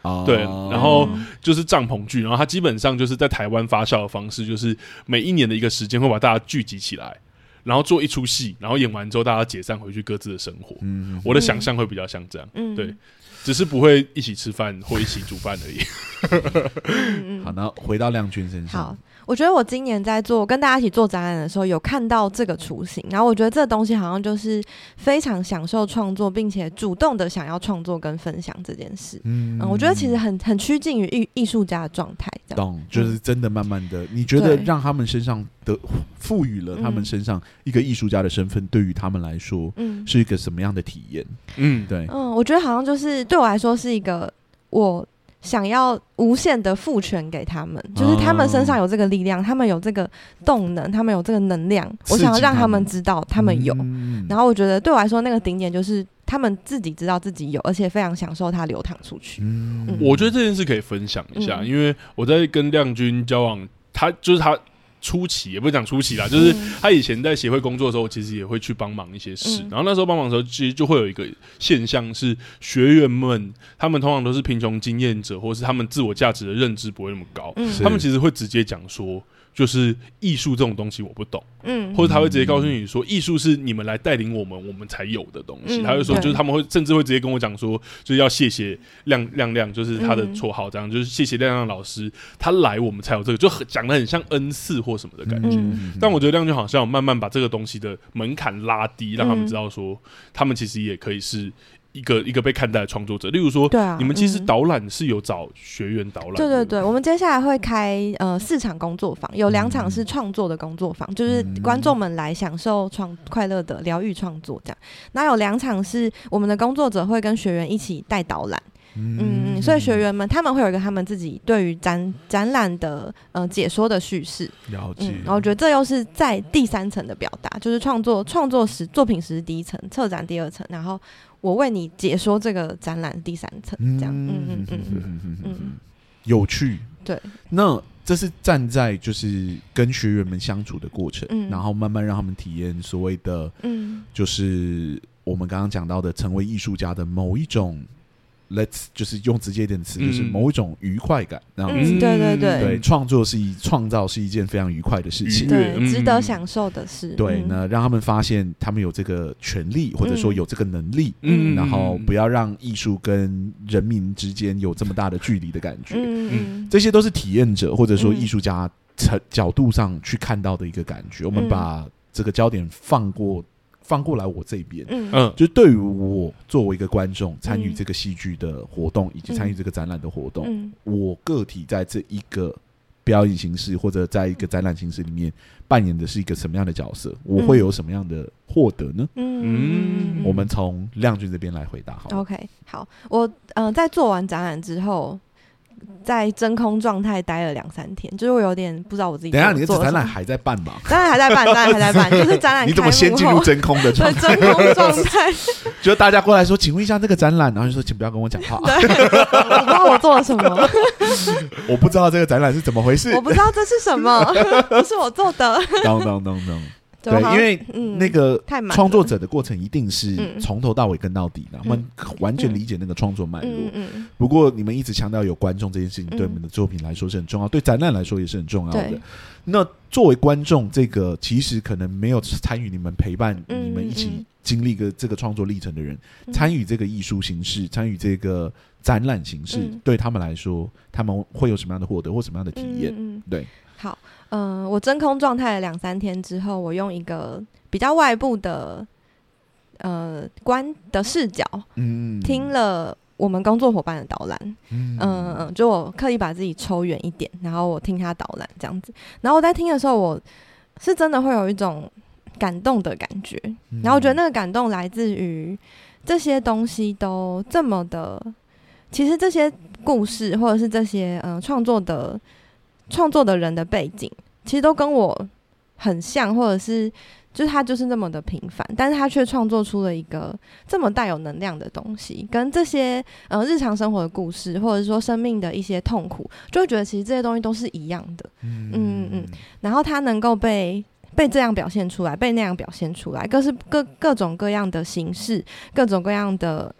哦、 对，然后就是帐篷剧，然后它基本上就是在台湾发酵的方式，就是每一年的一个时间会把大家聚集起来，然后做一出戏，然后演完之后大家解散回去各自的生活。嗯，我的想象会比较像这样，嗯，对，只是不会一起吃饭或一起煮饭而已。 好，那回到亮君身上。 好，我觉得我今年在做跟大家一起做展览的时候，有看到这个雏形，然后我觉得这个东西好像就是非常享受创作，并且主动的想要创作跟分享这件事。嗯，嗯我觉得其实很很趋近于艺艺术家的状态。 懂，就是真的慢慢的，嗯、你觉得让他们身上的赋予了他们身上一个艺术家的身份，对于他们来说，嗯，是一个什么样的体验？嗯，对， 嗯，我觉得好像就是对我来说是一个我。想要无限的赋权给他们，就是他们身上有这个力量，他们有这个动能，他们有这个能量，我想要让他们知道他们有。嗯、然后我觉得对我来说，那个顶点就是他们自己知道自己有，而且非常享受它流淌出去。嗯嗯、 我觉得这件事可以分享一下，嗯、因为我在跟亮君交往，他就是他。初期也不是讲初期啦，就是他以前在协会工作的时候，其实也会去帮忙一些事。嗯、然后那时候帮忙的时候，其实就会有一个现象是，学员们他们通常都是贫穷经验者，或是他们自我价值的认知不会那么高，嗯、他们其实会直接讲说。就是艺术这种东西我不懂，嗯，或者他会直接告诉你说，艺术是你们来带领我们，我们才有的东西。嗯、他会说，就是他们会甚至会直接跟我讲说，就是要谢谢亮亮亮，就是他的绰号这样，嗯、就是谢谢亮亮老师，他来我们才有这个，就讲得很像恩赐或什么的感觉。嗯、但我觉得亮君好像有慢慢把这个东西的门槛拉低，让他们知道说，他们其实也可以是。一个一个被看待的创作者，例如说，啊、你们其实导览是有找学员导览， 对对对，我们接下来会开呃四场工作坊，有两场是创作的工作坊，嗯、就是观众们来享受创快乐的疗愈创作这样。那有两场是我们的工作者会跟学员一起带导览。嗯，所以学员们他们会有一个他们自己对于展展览的呃解说的叙事， 了解。嗯、 然后我觉得这又是在第三层的表达，就是创作创作时作品时第一层，策展第二层，然后我为你解说这个展览第三层，这样，嗯嗯嗯嗯嗯，有趣。 对， 那这是站在就是跟学员们相处的过程，嗯、然后慢慢让他们体验所谓的，嗯，就是我们刚刚讲到的成为艺术家的某一种。Let's 就是用直接一点的词，嗯、就是某一种愉快感，这样子。 嗯、对对对， 对，创作是一创造是一件非常愉快的事情， 对，嗯、值得享受的事。 对，嗯、那让他们发现他们有这个权利，或者说有这个能力，嗯、然后不要让艺术跟人民之间有这么大的距离的感觉。嗯嗯、这些都是体验者或者说艺术家角度上去看到的一个感觉。嗯、我们把这个焦点放过。放过来我这边，嗯，就对于我作为一个观众参与这个戏剧的活动，以及参与这个展览的活动，嗯、我个体在这一个表演形式或者在一个展览形式里面扮演的是一个什么样的角色？我会有什么样的获得呢？嗯，我们从亮君这边来回答好了。 OK， 好，我呃在做完展览之后。在真空状态待了两三天，就是我有点不知道我自己做。 等一下，你的展览还在办吗？ 展览还在办，展览还在办，就是展览。 你怎么先进入真空的状态？ 对，真空状态。 就大家过来说，请问一下这个展览，然后就说，请不要跟我讲话。 对，我不知道我做了什么。 我不知道这个展览是怎么回事。 我不知道这是什么，不是我做的。 当当当当。对，因为那个创作者的过程一定是从头到尾跟到底的，我们完全理解那个创作脉络。不过你们一直强调有观众这件事情，对我们的作品来说是很重要，对展览来说也是很重要的。那作为观众，这个其实可能没有参与你们陪伴你们一起经历个这个创作历程的人，参与这个艺术形式，参与这个展览形式，对他们来说，他们会有什么样的获得或什么样的体验？对。 好，嗯、呃，我真空状态了两三天之后，我用一个比较外部的呃观的视角，嗯，听了我们工作伙伴的导览，嗯嗯、呃，就我刻意把自己抽远一点，然后我听他导览这样子，然后我在听的时候，我是真的会有一种感动的感觉，然后我觉得那个感动来自于这些东西都这么的，其实这些故事或者是这些呃创作的。创作的人的背景其实都跟我很像，或者是就是他就是那么的平凡，但是他却创作出了一个这么带有能量的东西，跟这些呃日常生活的故事，或者说生命的一些痛苦，就会觉得其实这些东西都是一样的。嗯嗯嗯，然后他能够被被这样表现出来，被那样表现出来，各是各各种各样的形式，各种各样的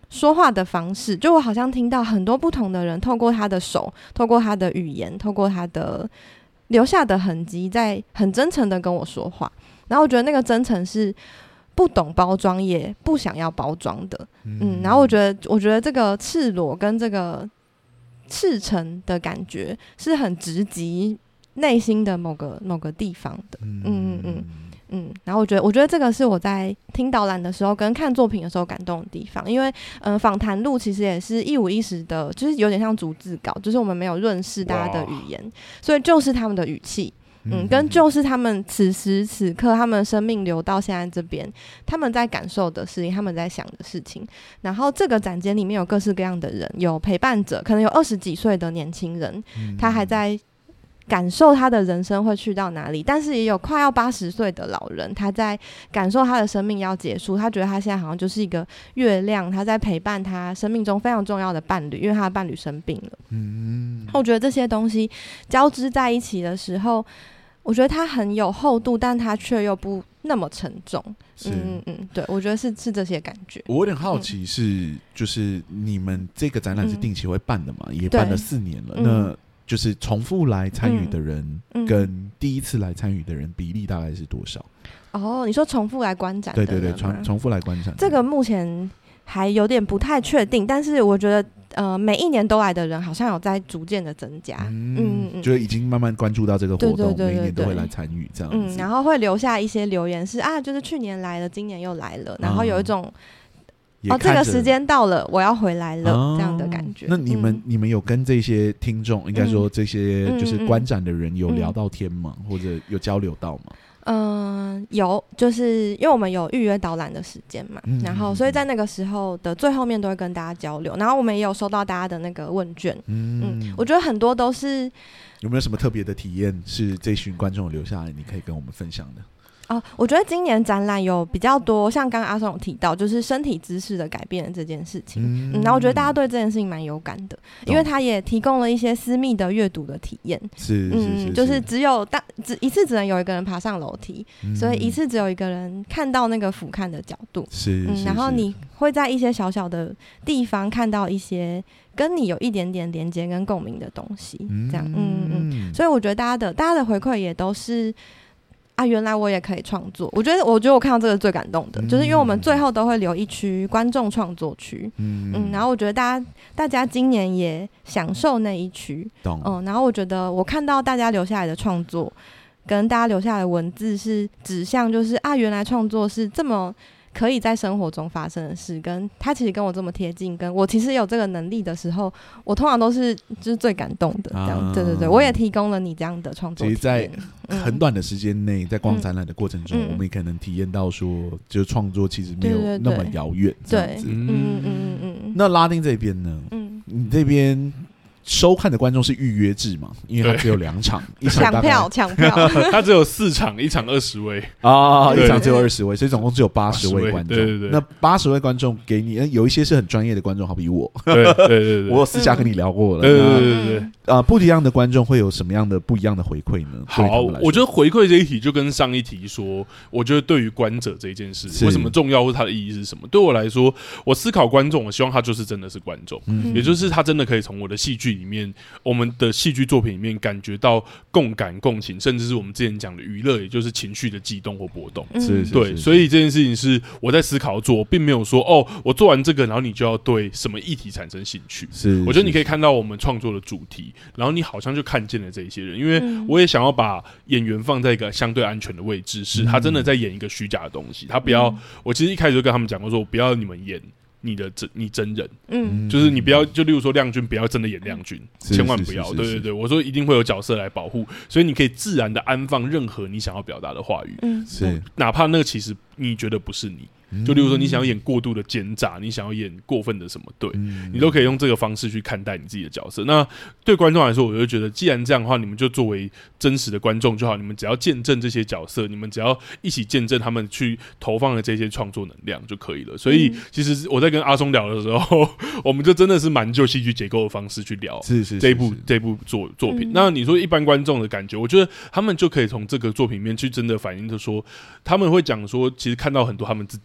说话的方式，就我好像听到很多不同的人透过他的手，透过他的语言，透过他的留下的痕迹，在很真诚的跟我说话。然后我觉得那个真诚是不懂包装也不想要包装的，嗯, 嗯然后我觉得我觉得这个赤裸跟这个赤诚的感觉是很直击内心的某个某个地方的，嗯嗯嗯嗯，然后我觉得，我觉得这个是我在听导览的时候跟看作品的时候感动的地方，因为，嗯，访谈录其实也是一五一十的，就是有点像逐字稿，就是我们没有润饰大家的语言，所以就是他们的语气，嗯，跟就是他们此时此刻他们生命流到现在这边，他们在感受的事情，他们在想的事情。然后这个展间里面有各式各样的人，有陪伴者，可能有二十几岁的年轻人，他还在感受他的人生会去到哪里，但是也有快要八十岁的老人，他在感受他的生命要结束，他觉得他现在好像就是一个月亮，他在陪伴他生命中非常重要的伴侣，因为他的伴侣生病了。嗯，我觉得这些东西交织在一起的时候，我觉得它很有厚度，但它却又不那么沉重。嗯嗯嗯，对，我觉得是是这些感觉。 我有点好奇是，嗯、就是你们这个展览是定期会办的嘛？嗯、也办了四年了，那就是重复来参与的人跟第一次来参与的人比例大概是多少？ 哦，你说重复来观展的人吗？ 对对对，重重复来观展， 这个目前还有点不太确定，但是我觉得。呃，每一年都来的人好像有在逐渐的增加，嗯嗯嗯， 就是已经慢慢关注到这个活动， 对对对对对， 每一年都会来参与这样子， 嗯，然后会留下一些留言是啊，就是去年来了，今年又来了，然后有一种、嗯、哦，这个时间到了，我要回来了、哦、这样的感觉。 那你们、嗯、你们有跟这些听众，应该说这些就是观展的人有聊到天吗？嗯、或者有交流到吗？ 嗯、呃，有，就是因为我们有预约导览的时间嘛、嗯，然后所以在那个时候的最后面都会跟大家交流，然后我们也有收到大家的那个问卷，嗯，嗯我觉得很多都是有没有什么特别的体验是这群观众留下来，你可以跟我们分享的？ 哦，我觉得今年展览有比较多，像刚刚阿松有提到，就是身体姿势的改变的这件事情。嗯，嗯然后我觉得大家对这件事情蛮有感的，因为它也提供了一些私密的阅读的体验。 是，嗯，是是就是只有大只一次只能有一个人爬上楼梯、嗯，所以一次只有一个人看到那个俯瞰的角度。 是， 嗯，然后你会在一些小小的地方看到一些跟你有一点点连接跟共鸣的东西。嗯、这样，嗯嗯，所以我觉得大家的大家的回馈也都是。啊，原来我也可以创作。我觉得，我觉得我看到这个最感动的，嗯、就是因为我们最后都会留一区观众创作区，嗯嗯，然后我觉得大家大家今年也享受那一区，嗯，然后我觉得我看到大家留下来的创作，跟大家留下来的文字是指向，就是啊，原来创作是这么。可以在生活中发生的事，跟他其实跟我这么贴近，跟我其实有这个能力的时候，我通常都是就是最感动的。这样，啊、对对对，我也提供了你这样的创作体验。其实， 在很短的时间内，嗯，在逛展览的过程中，嗯，我们也可能体验到说，就是创作其实没有那么遥远。这样子，对，嗯嗯嗯嗯。那拉丁这边呢？嗯，你这边。收看的观众是预约制嘛？因为它只有两场，一场抢票抢票， 它只有四场，一场二十位啊，一场只有二十位，所以总共只有八十位观众。 对对对， 那八十位观众给你，有一些是很专业的观众，好比我， 对对对对， 我有私下跟你聊过了。 对对对对， 啊，不一样的观众会有什么样的不一样的回馈呢？ 好，我觉得回馈这一题就跟上一题说，我觉得对于观者这一件事为什么重要，或者它的意义是什么？对我来说，我思考观众，我希望他就是真的是观众，嗯，也就是他真的可以从我的戏剧里面。我们的戏剧作品里面感觉到共感、共情，甚至是我们之前讲的娱乐，也就是情绪的悸动或波动。 是， 对，所以这件事情是我在思考做，并没有说哦，我做完这个，然后你就要对什么议题产生兴趣。 是， 我觉得你可以看到我们创作的主题，然后你好像就看见了这一些人，因为我也想要把演员放在一个相对安全的位置，是他真的在演一个虚假的东西，他不要。我其实一开始就跟他们讲过，说我不要你们演。你的真你真人，嗯，就是你不要，就例如说亮君不要真的演亮君，千万不要，对对对，我说一定会有角色来保护，所以你可以自然的安放任何你想要表达的话语，嗯，是，哪怕那个其实你觉得不是你。就例如说，你想要演过度的奸诈，你想要演过分的什么，对，嗯，你都可以用这个方式去看待你自己的角色。那对观众来说，我就觉得，既然这样的话，你们就作为真实的观众就好，你们只要见证这些角色，你们只要一起见证他们去投放的这些创作能量就可以了。所以，其实我在跟阿松聊的时候，我们就真的是蛮就戏剧结构的方式去聊这一部这部作作品。那你说一般观众的感觉，我觉得他们就可以从这个作品里面去真的反映，就说他们会讲说，其实看到很多他们自己。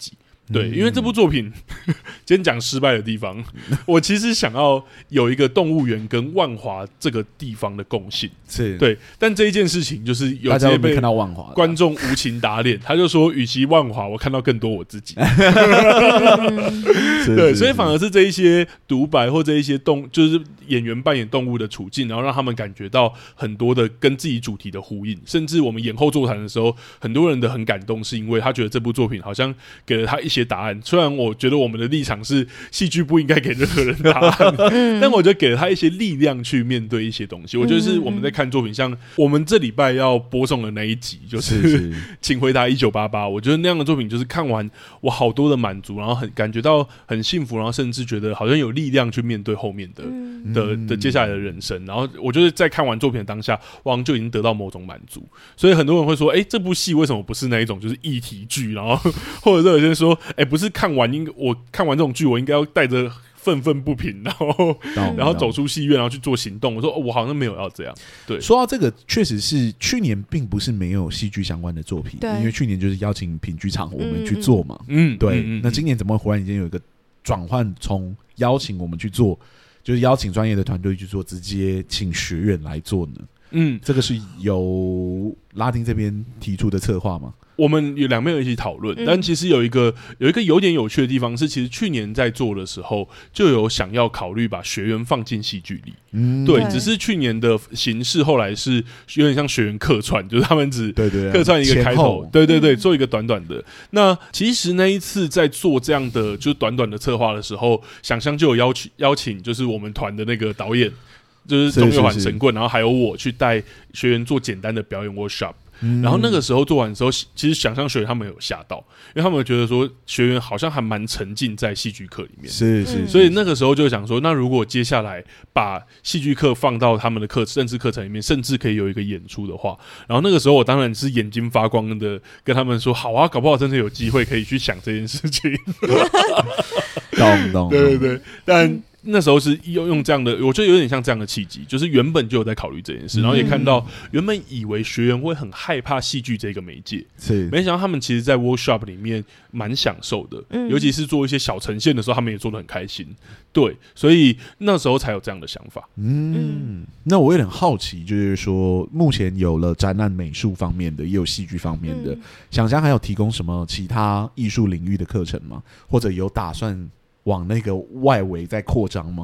对，因为这部作品今天讲失败的地方，我其实想要有一个动物园跟万华这个地方的共性， 是对，但这一件事情就是有大家直接被没看到万华观众无情打脸，他就说，与其万华，我看到更多我自己。对，所以反而是这一些独白或这一些动，就是演员扮演动物的处境，然后让他们感觉到很多的跟自己主题的呼应，甚至我们演后座谈的时候，很多人的很感动，是因为他觉得这部作品好像给了他一些答案。虽然我觉得我们的立场是戏剧不应该给任何人答案，但我觉得给了他一些力量去面对一些东西。我觉得是我们在看作品，像我们这礼拜要播送的那一集，就是请回答一九八八，我觉得那样的作品就是看完我好多的满足，然后很感觉到很幸福，然后甚至觉得好像有力量去面对后面的、嗯、的的接下来的人生。然后我觉得在看完作品的当下，我好像就已经得到某种满足。所以很多人会说，哎、欸，这部戏为什么不是那一种就是议题剧？然后或者是有些人说，哎、欸，不是看完应我看完这种剧，我应该要带着愤愤不平，然后然后走出戏院，然后去做行动。我说、哦、我好像没有要这样。对， 说到这个，确实是去年并不是没有戏剧相关的作品，因为去年就是邀请品剧场我们去做嘛。嗯，对。嗯嗯、那今年怎么会忽然间有一个转换，从邀请我们去做，就是邀请专业的团队去做，直接请学员来做呢？嗯，这个是由拉丁这边提出的策划吗？ 我们有两边有一起讨论、嗯，但其实有一个有一个有点有趣的地方是，其实去年在做的时候就有想要考虑把学员放进戏剧里，嗯，对，只是去年的形式后来是有点像学员客串，就是他们只客串一个开头，对对对，做一个短短的。那其实那一次在做这样的就是短短的策划的时候，想象就有邀请邀请就是我们团的那个导演，就是钟佑环神棍，然后还有我去带学员做简单的表演 workshop。嗯、然后那个时候做完的时候，其实想象学员他们有吓到，因为他们觉得说学员好像还蛮沉浸在戏剧课里面， 是 是, 是， 所以那个时候就想说，那如果接下来把戏剧课放到他们的课甚至课程里面，甚至可以有一个演出的话，然后那个时候我当然是眼睛发光的跟他们说，好啊，搞不好真的有机会可以去想这件事情。 懂懂， 对对对，但。那时候是用用这样的，我觉得有点像这样的契机，就是原本就有在考虑这件事，然后也看到原本以为学员会很害怕戏剧这个媒介，是没想到他们其实在 workshop 里面蛮享受的、嗯，尤其是做一些小呈现的时候，他们也做得很开心。对，所以那时候才有这样的想法。 嗯，那我有点好奇，就是说目前有了展览美术方面的，也有戏剧方面的，嗯、想象还有提供什么其他艺术领域的课程吗？或者有打算往那个外围在扩张吗？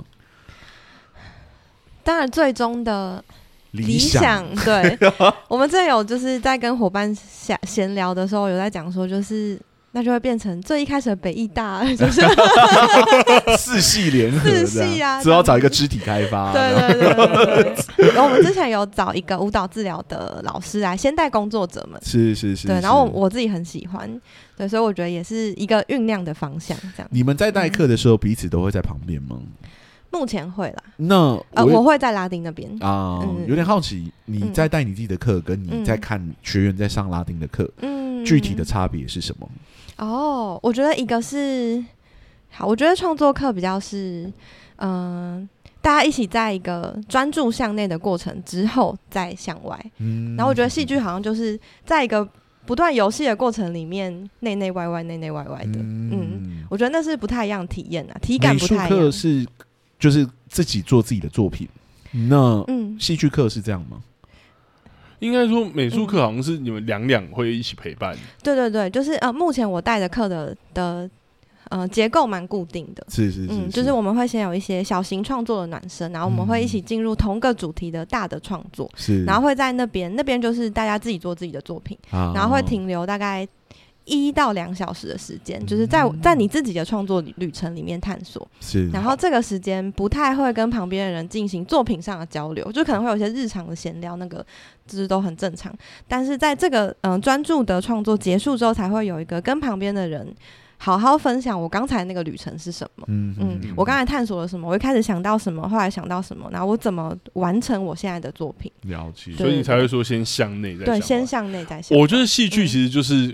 当然，最终的理想，理想对我们这有就是在跟伙伴闲聊的时候，有在讲说，就是那就会变成最一开始的北艺大，就是四系联合， 四系啊， 只好找一个肢体开发。 对对对对对。然后我们之前有找一个舞蹈治疗的老师来先带工作者们， 是是 是, 是。 对，然后 我, 我自己很喜欢。对，所以我觉得也是一个酝酿的方向。这样， 你们在代课的时候，彼此都会在旁边吗？ 目前会啦。 那我,、 呃、我会在拉丁那边啊、嗯，有点好奇，你在带你自己的课，跟你在看学员在上拉丁的课，嗯，具体的差别是什么？ 哦，我觉得一个是好，我觉得创作课比较是，嗯、呃，大家一起在一个专注向内的过程之后再向外。嗯，然后我觉得戏剧好像就是在一个不断游戏的过程里面，内内外外，内内外外的。嗯, 嗯，我觉得那是不太一样的体验啊，体感不太一样。 美术课是就是自己做自己的作品，那戏剧课是这样吗？ 应该说美术课好像是你们两两会一起陪伴。嗯、 对对对，就是呃，目前我带的课的的呃结构蛮固定的， 是是 是, 是， 嗯，就是我们会先有一些小型创作的暖身，然后我们会一起进入同个主题的大的创作，是、嗯，然后会在那边那边就是大家自己做自己的作品，啊、然后会停留大概一到两小时的时间，就是在在你自己的创作旅程里面探索，是。然后这个时间不太会跟旁边的人进行作品上的交流，就可能会有一些日常的闲聊，那个就是都很正常。但是在这个嗯专注的创作结束之后，才会有一个跟旁边的人好好分享我刚才那个旅程是什么。嗯嗯，我刚才探索了什么，我一开始想到什么，后来想到什么，然后我怎么完成我现在的作品。 了解，所以你才会说先向内再向外。 对，先向内再向外。 我觉得戏剧其实就是。嗯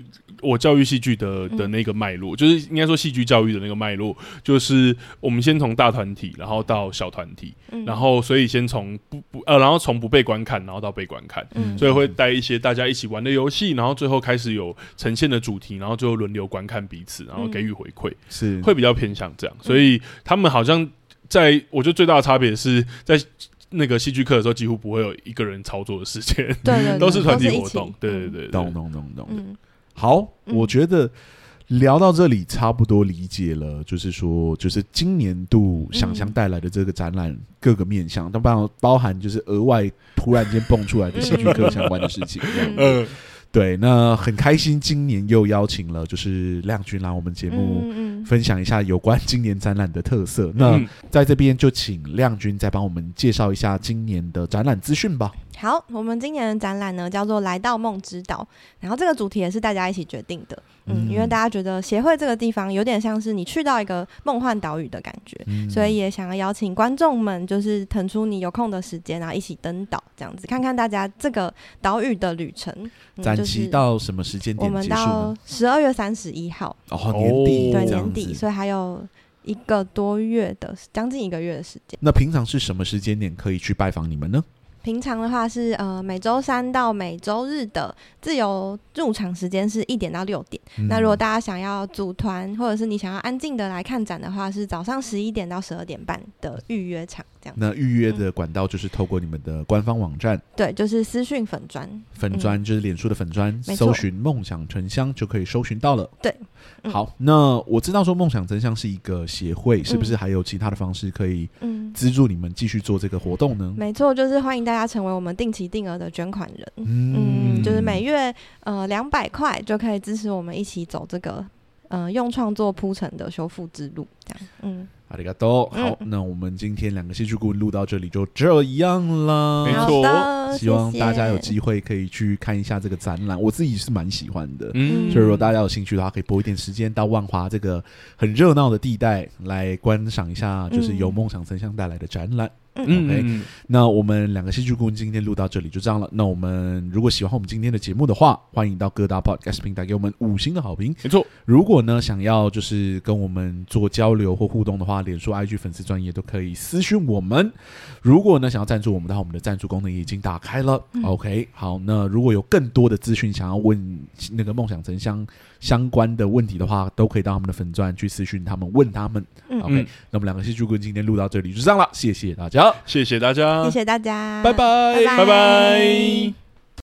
我教育戏剧的的那个脉络，嗯、就是应该说戏剧教育的那个脉络，就是我们先从大团体，然后到小团体，嗯、然后所以先从不不呃，然后从不被观看，然后到被观看，嗯、所以会带一些大家一起玩的游戏，然后最后开始有呈现的主题，然后最后轮流观看彼此，然后给予回馈，是、嗯、会比较偏向这样，所以他们好像在，我觉得最大的差别是在。那个戏剧课的时候，几乎不会有一个人操作的时间， 对对对， 都是团体活动，对对对， 懂懂懂懂。嗯、好，嗯、我觉得聊到这里差不多理解了，就是说，就是今年度想象带来的这个展览各个面向，当然包含就是额外突然间蹦出来的戏剧课相关的事情，嗯。对，那很开心，今年又邀请了就是亮君来我们节目分享一下有关今年展览的特色。嗯、那在这边就請亮君再帮我們介紹一下今年的展覽資訊吧。 好，我們今年的展覽呢叫做來到夢之島，然後這個主題也是大家一起決定的。嗯，因為大家覺得協會這個地方有點像是你去到一個夢幻島嶼的感覺，嗯、所以也想要邀請觀眾們就是騰出你有空的時間，然後一起登島，這樣子看看大家這個島嶼的旅程。嗯、 展期到什麼時間點結束呢？ 我們到十二月三十一號， 哦，年底， 對，年底，所以還有一個多月的，將近一個月的時間。 那平常是什麼時間點可以去拜訪你們呢？ 平常的話是呃每周三到每周日的自由入場時間是一點到六點、嗯、那如果大家想要組團或者是你想要安靜的來看展的話，是早上十一點到十二點半的預約場這樣。 那預約的管道就是透過你們的官方網站、嗯、 對，就是私訊粉專， 粉專就是臉書的粉專、嗯、搜尋夢想城鄉就可以搜尋到了。 對、 嗯、好，那我知道說夢想城鄉是一個協會、嗯、是不是還有其他的方式可以資助你們繼續做這個活動呢？ 沒錯，就是歡迎大家成為我們定期定額的捐款人。 嗯, 嗯，就是每月呃兩百塊就可以支持我們一起走這個呃用創作鋪成的修復之路這樣。嗯， ありがとう。好、嗯、那我們今天兩個戲劇顧問錄到這裡就這樣了。 沒錯， 希望大家有機會可以去看一下這個展覽，我自己是蠻喜歡的。嗯，所以如果大家有興趣的話，可以撥一點時間到萬華這個很熱鬧的地帶來觀賞一下，就是由夢想城鄉帶來的展覽。嗯 OK， 嗯那我們兩個戲劇顧問今天錄到這裡就這樣了。那我們如果喜歡我們今天的節目的話，歡迎到各大 Podcast 平台給我們五星的好評。 沒錯， 如果呢想要就是跟我們做交流或互動的話，臉書 I G 粉絲專頁都可以私訊我們。如果呢想要贊助我們的話，我們的贊助功能也已經打開了。嗯、OK， 好，那如果有更多的資訊想要問那個夢想城鄉相關的問題的話，都可以到他們的粉專去私訊他們，問他們。嗯、OK，、嗯、那我們兩個戲劇顧問今天錄到這裡就這樣了，謝謝大家。 謝謝大家， 謝謝大家， 拜拜， 拜拜。